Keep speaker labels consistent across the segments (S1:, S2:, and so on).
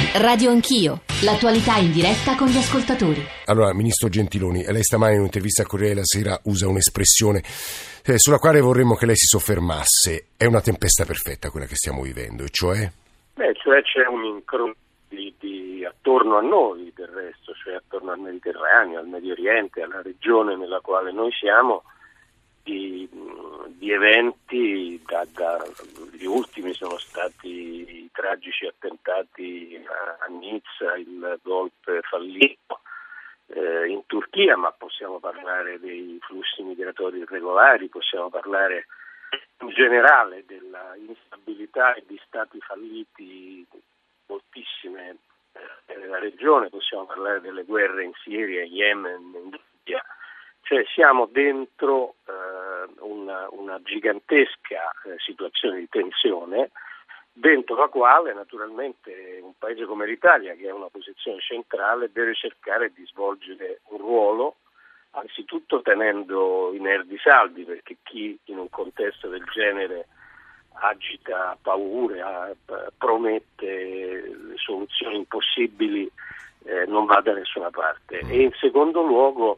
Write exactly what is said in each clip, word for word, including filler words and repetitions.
S1: Radio Anch'io, l'attualità in diretta con gli ascoltatori.
S2: Allora, Ministro Gentiloni, lei stamani in un'intervista a Corriere della Sera usa un'espressione eh, sulla quale vorremmo che lei si soffermasse. È una tempesta perfetta quella che stiamo vivendo, e cioè?
S3: Beh, cioè c'è un incrocio di, di attorno a noi, del resto, cioè attorno al Mediterraneo, al Medio Oriente, alla regione nella quale noi siamo, di, di eventi, da, da, gli ultimi sono stati i tragici attentati a, a Nizza, il golpe fallito eh, in Turchia, ma possiamo parlare dei flussi migratori irregolari, possiamo parlare in generale della instabilità e di stati falliti moltissime eh, nella regione, possiamo parlare delle guerre in Siria, in Yemen, in Libia. Cioè siamo dentro eh, una, una gigantesca eh, situazione di tensione, dentro la quale naturalmente un paese come l'Italia, che ha una posizione centrale, deve cercare di svolgere un ruolo, anzitutto tenendo i nervi saldi, perché chi in un contesto del genere agita paure, a, promette soluzioni impossibili, eh, non va da nessuna parte. E in secondo luogo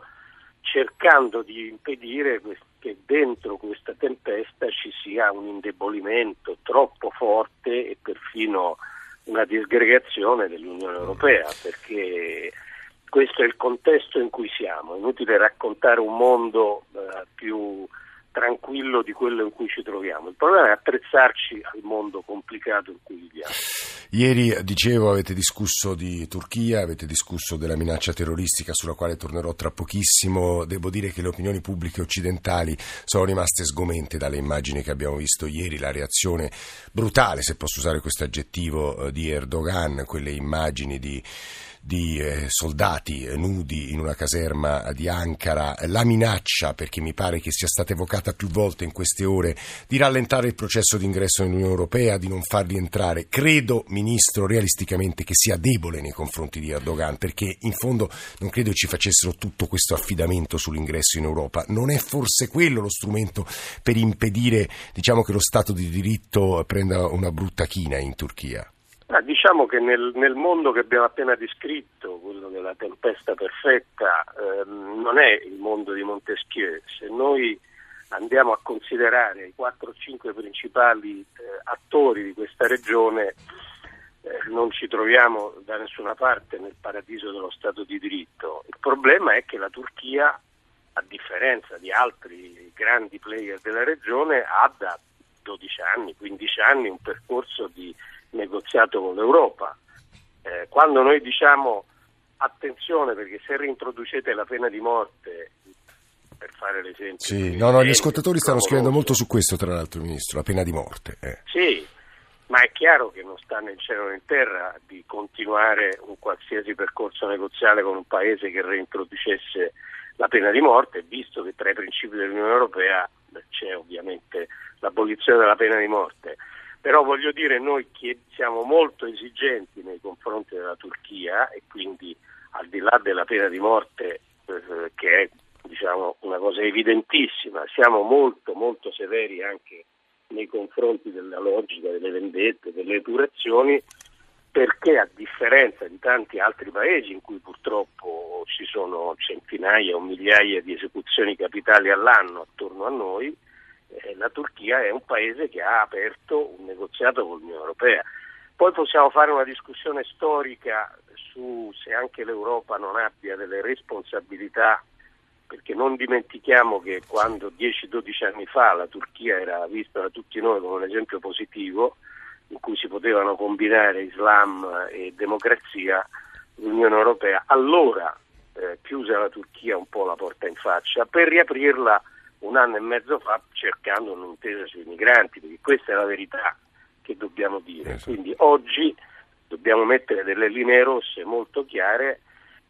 S3: cercando di impedire che dentro questa tempesta ci sia un indebolimento troppo forte e perfino una disgregazione dell'Unione Europea, perché questo è il contesto in cui siamo. È inutile raccontare un mondo eh, più tranquillo di quello in cui ci troviamo. Il problema è attrezzarci al mondo complicato in cui viviamo.
S2: Ieri, dicevo, avete discusso di Turchia, avete discusso della minaccia terroristica sulla quale tornerò tra pochissimo. Devo dire che le opinioni pubbliche occidentali sono rimaste sgomente dalle immagini che abbiamo visto ieri, la reazione brutale, se posso usare questo aggettivo, di Erdogan, quelle immagini di di eh, soldati eh, nudi in una caserma di Ankara, la minaccia, perché mi pare che sia stata evocata più volte in queste ore, di rallentare il processo di ingresso nell'Unione Europea, di non farli entrare. Credo, Ministro, realisticamente che sia debole nei confronti di Erdogan, perché in fondo non credo ci facessero tutto questo affidamento sull'ingresso in Europa. Non è forse quello lo strumento per impedire, diciamo, che lo Stato di diritto prenda una brutta china in Turchia?
S3: Ah, diciamo che nel, nel mondo che abbiamo appena descritto, quello della tempesta perfetta, ehm, non è il mondo di Montesquieu. Se noi andiamo a considerare i quattro o cinque principali eh, attori di questa regione, eh, non ci troviamo da nessuna parte nel paradiso dello Stato di diritto. Il problema è che la Turchia, a differenza di altri grandi player della regione, ha da dodici anni, quindici anni un percorso di negoziato con l'Europa. Eh, quando noi diciamo attenzione perché se reintroducete la pena di morte, per fare l'esempio,
S2: sì, no, no, gli ascoltatori stanno scrivendo molto su questo, tra l'altro, Ministro, la pena di morte. Eh.
S3: Sì, ma è chiaro che non sta nel cielo né in terra di continuare un qualsiasi percorso negoziale con un paese che reintroducesse la pena di morte, visto che tra i principi dell'Unione Europea c'è ovviamente l'abolizione della pena di morte. Però voglio dire, noi siamo molto esigenti nei confronti della Turchia e quindi al di là della pena di morte, eh, che è diciamo una cosa evidentissima, siamo molto molto severi anche nei confronti della logica delle vendette, delle epurazioni, perché a differenza di tanti altri paesi in cui purtroppo ci sono centinaia o migliaia di esecuzioni capitali all'anno attorno a noi, la Turchia è un paese che ha aperto un negoziato con l'Unione Europea. Poi possiamo fare una discussione storica su se anche l'Europa non abbia delle responsabilità, perché non dimentichiamo che quando dieci dodici anni fa la Turchia era vista da tutti noi come un esempio positivo in cui si potevano combinare Islam e democrazia, l'Unione Europea allora eh, chiuse alla Turchia un po' la porta in faccia per riaprirla un anno e mezzo fa cercando un'intesa sui migranti, perché questa è la verità che dobbiamo dire.
S2: Esatto.
S3: Quindi oggi dobbiamo mettere delle linee rosse molto chiare.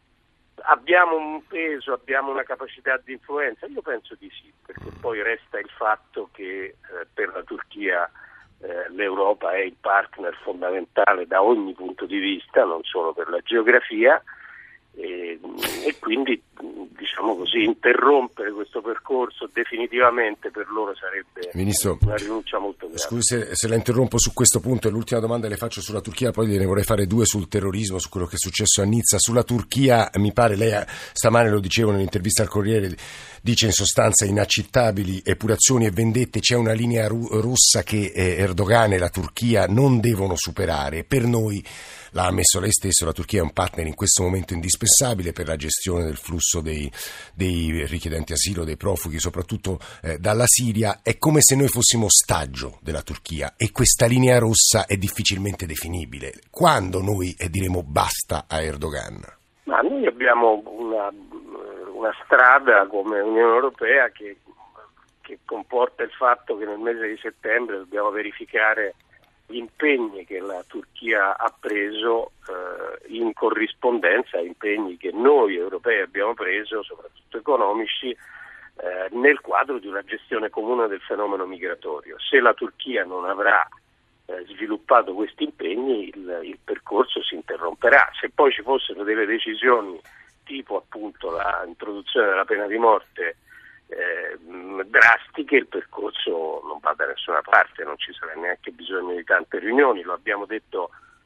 S3: Abbiamo un peso, abbiamo una capacità di influenza? Io penso di sì, perché poi resta il fatto che eh, per la Turchia eh, l'Europa è il partner fondamentale da ogni punto di vista, non solo per la geografia, e, e quindi diciamo così interrompere questo percorso definitivamente per loro sarebbe
S2: Ministro,
S3: una rinuncia molto grave.
S2: Scusi se, se la interrompo su questo punto, e l'ultima domanda le faccio sulla Turchia, poi gliene vorrei fare due sul terrorismo, su quello che è successo a Nizza. Sulla Turchia, mi pare, lei stamane lo dicevo nell'intervista al Corriere, dice in sostanza inaccettabili epurazioni e vendette, c'è una linea ru- russa che eh, Erdogan e la Turchia non devono superare. Per noi, l'ha ammesso lei stesso, la Turchia è un partner in questo momento indispensabile per la gestione del flusso dei, dei richiedenti asilo, dei profughi, soprattutto eh, dalla Siria. È come se noi fossimo ostaggio della Turchia e questa linea rossa è difficilmente definibile. Quando noi eh, diremo basta a Erdogan?
S3: Ma noi abbiamo una, una strada come Unione Europea che, che comporta il fatto che nel mese di settembre dobbiamo verificare gli impegni che la Turchia ha preso eh, in corrispondenza a impegni che noi europei abbiamo preso, soprattutto economici, eh, nel quadro di una gestione comune del fenomeno migratorio. Se la Turchia non avrà eh, sviluppato questi impegni, il, il percorso si interromperà. Se poi ci fossero delle decisioni tipo appunto l'introduzione della pena di morte Eh, drastiche, il percorso non va da nessuna parte, non ci sarà neanche bisogno di tante riunioni. Lo abbiamo detto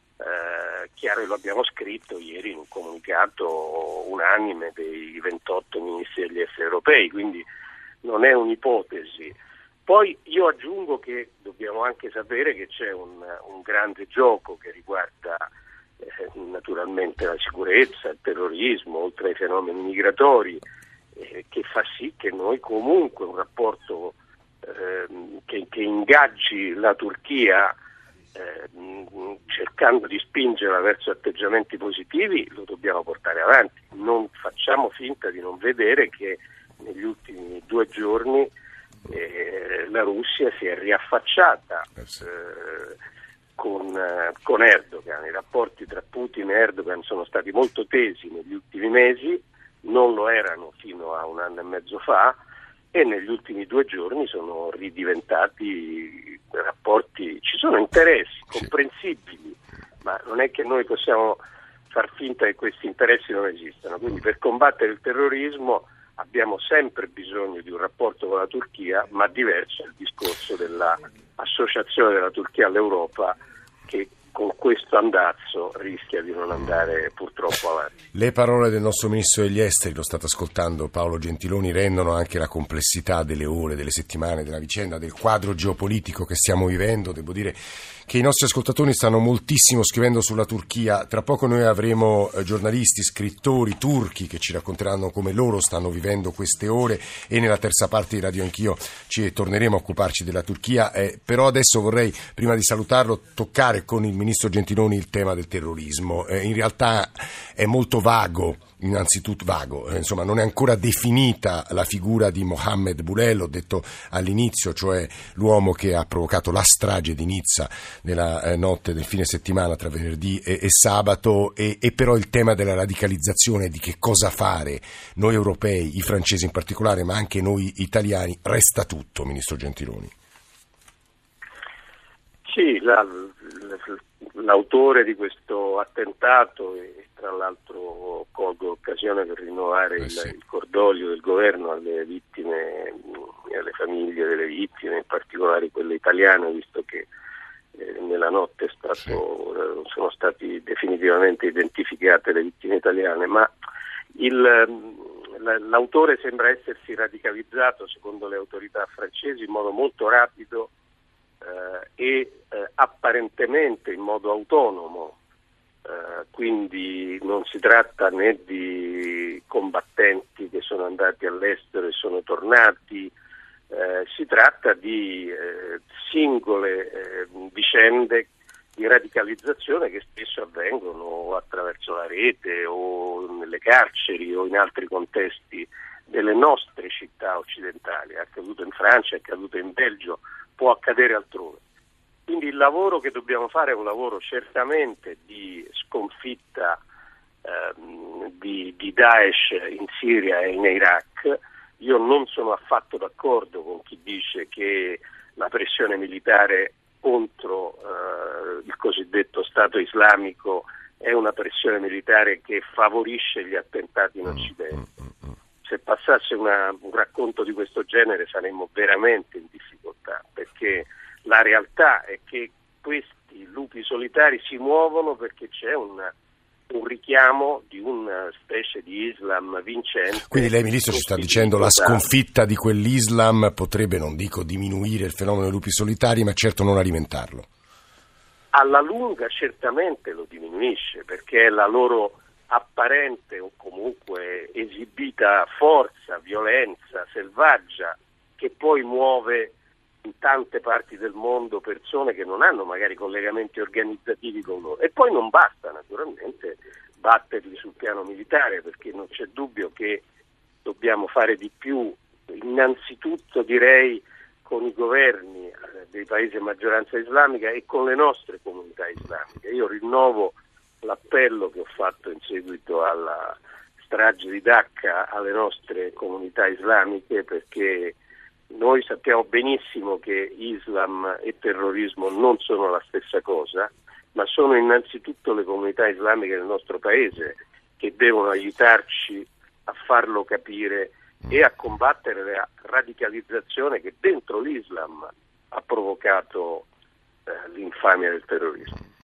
S3: eh, chiaro e lo abbiamo scritto ieri in un comunicato unanime dei ventotto ministri degli esteri europei, quindi non è un'ipotesi. Poi io aggiungo che dobbiamo anche sapere che c'è un, un grande gioco che riguarda eh, naturalmente la sicurezza, il terrorismo, oltre ai fenomeni migratori, che fa sì che noi comunque un rapporto eh, che, che ingaggi la Turchia eh, cercando di spingerla verso atteggiamenti positivi lo dobbiamo portare avanti. Non facciamo finta di non vedere che negli ultimi due giorni eh, la Russia si è riaffacciata eh, con, eh, con Erdogan. I rapporti tra Putin e Erdogan sono stati molto tesi negli ultimi mesi, non lo erano fino a un anno e mezzo fa, e negli ultimi due giorni sono ridiventati rapporti, ci sono interessi comprensibili, ma non è che noi possiamo far finta che questi interessi non esistano. Quindi per combattere il terrorismo abbiamo sempre bisogno di un rapporto con la Turchia, ma diverso è il discorso dell'associazione della Turchia all'Europa, che con questo andazzo rischia di non andare purtroppo avanti.
S2: Le parole del nostro Ministro degli Esteri, lo state ascoltando, Paolo Gentiloni, rendono anche la complessità delle ore, delle settimane, della vicenda, del quadro geopolitico che stiamo vivendo. Devo dire che i nostri ascoltatori stanno moltissimo scrivendo sulla Turchia. Tra poco noi avremo eh, giornalisti, scrittori turchi che ci racconteranno come loro stanno vivendo queste ore, e nella terza parte di Radio Anch'io ci torneremo a occuparci della Turchia. Eh, però adesso vorrei, prima di salutarlo, toccare con il Ministro Gentiloni il tema del terrorismo. Eh, in realtà è molto vago, innanzitutto vago, eh, insomma non è ancora definita la figura di Mohammed Bulel, l'ho detto all'inizio, cioè l'uomo che ha provocato la strage di Nizza nella eh, notte del fine settimana tra venerdì e, e sabato, e, e però il tema della radicalizzazione, di che cosa fare noi europei, i francesi in particolare, ma anche noi italiani, resta tutto, Ministro Gentiloni.
S3: Sì, la, l'autore di questo attentato, e tra l'altro colgo l'occasione per rinnovare
S2: eh
S3: il,
S2: sì.
S3: il cordoglio del governo alle vittime e alle famiglie delle vittime, in particolare quelle italiane, visto che eh, nella notte è stato, sì. eh, sono stati definitivamente identificate le vittime italiane, ma il, la, l'autore sembra essersi radicalizzato, secondo le autorità francesi, in modo molto rapido Uh, e uh, apparentemente in modo autonomo, uh, quindi non si tratta né di combattenti che sono andati all'estero e sono tornati, uh, si tratta di uh, singole uh, vicende di radicalizzazione che spesso avvengono attraverso la rete o nelle carceri o in altri contesti delle nostre città occidentali. È accaduto in Francia, è accaduto in Belgio, può accadere altrove. Quindi il lavoro che dobbiamo fare è un lavoro certamente di sconfitta ehm, di, di Daesh in Siria e in Iraq. Io non sono affatto d'accordo con chi dice che la pressione militare contro eh, il cosiddetto Stato islamico è una pressione militare che favorisce gli attentati in Occidente. Se passasse una, un racconto di questo genere saremmo veramente in difficoltà, perché la realtà è che questi lupi solitari si muovono perché c'è un, un richiamo di una specie di Islam vincente.
S2: Quindi lei, Ministro, ci sta dicendo la sconfitta di quell'Islam potrebbe, non dico diminuire il fenomeno dei lupi solitari, ma certo non alimentarlo.
S3: Alla lunga certamente lo diminuisce, perché è la loro apparente o comunque esibita forza, violenza selvaggia che poi muove in tante parti del mondo persone che non hanno magari collegamenti organizzativi con loro. E poi non basta naturalmente batterli sul piano militare, perché non c'è dubbio che dobbiamo fare di più, innanzitutto direi con i governi dei paesi a maggioranza islamica e con le nostre comunità islamiche. Io rinnovo l'appello che ho fatto in seguito alla strage di Dacca alle nostre comunità islamiche, perché noi sappiamo benissimo che Islam e terrorismo non sono la stessa cosa, ma sono innanzitutto le comunità islamiche del nostro paese che devono aiutarci a farlo capire e a combattere la radicalizzazione che dentro l'Islam ha provocato eh, l'infamia del terrorismo.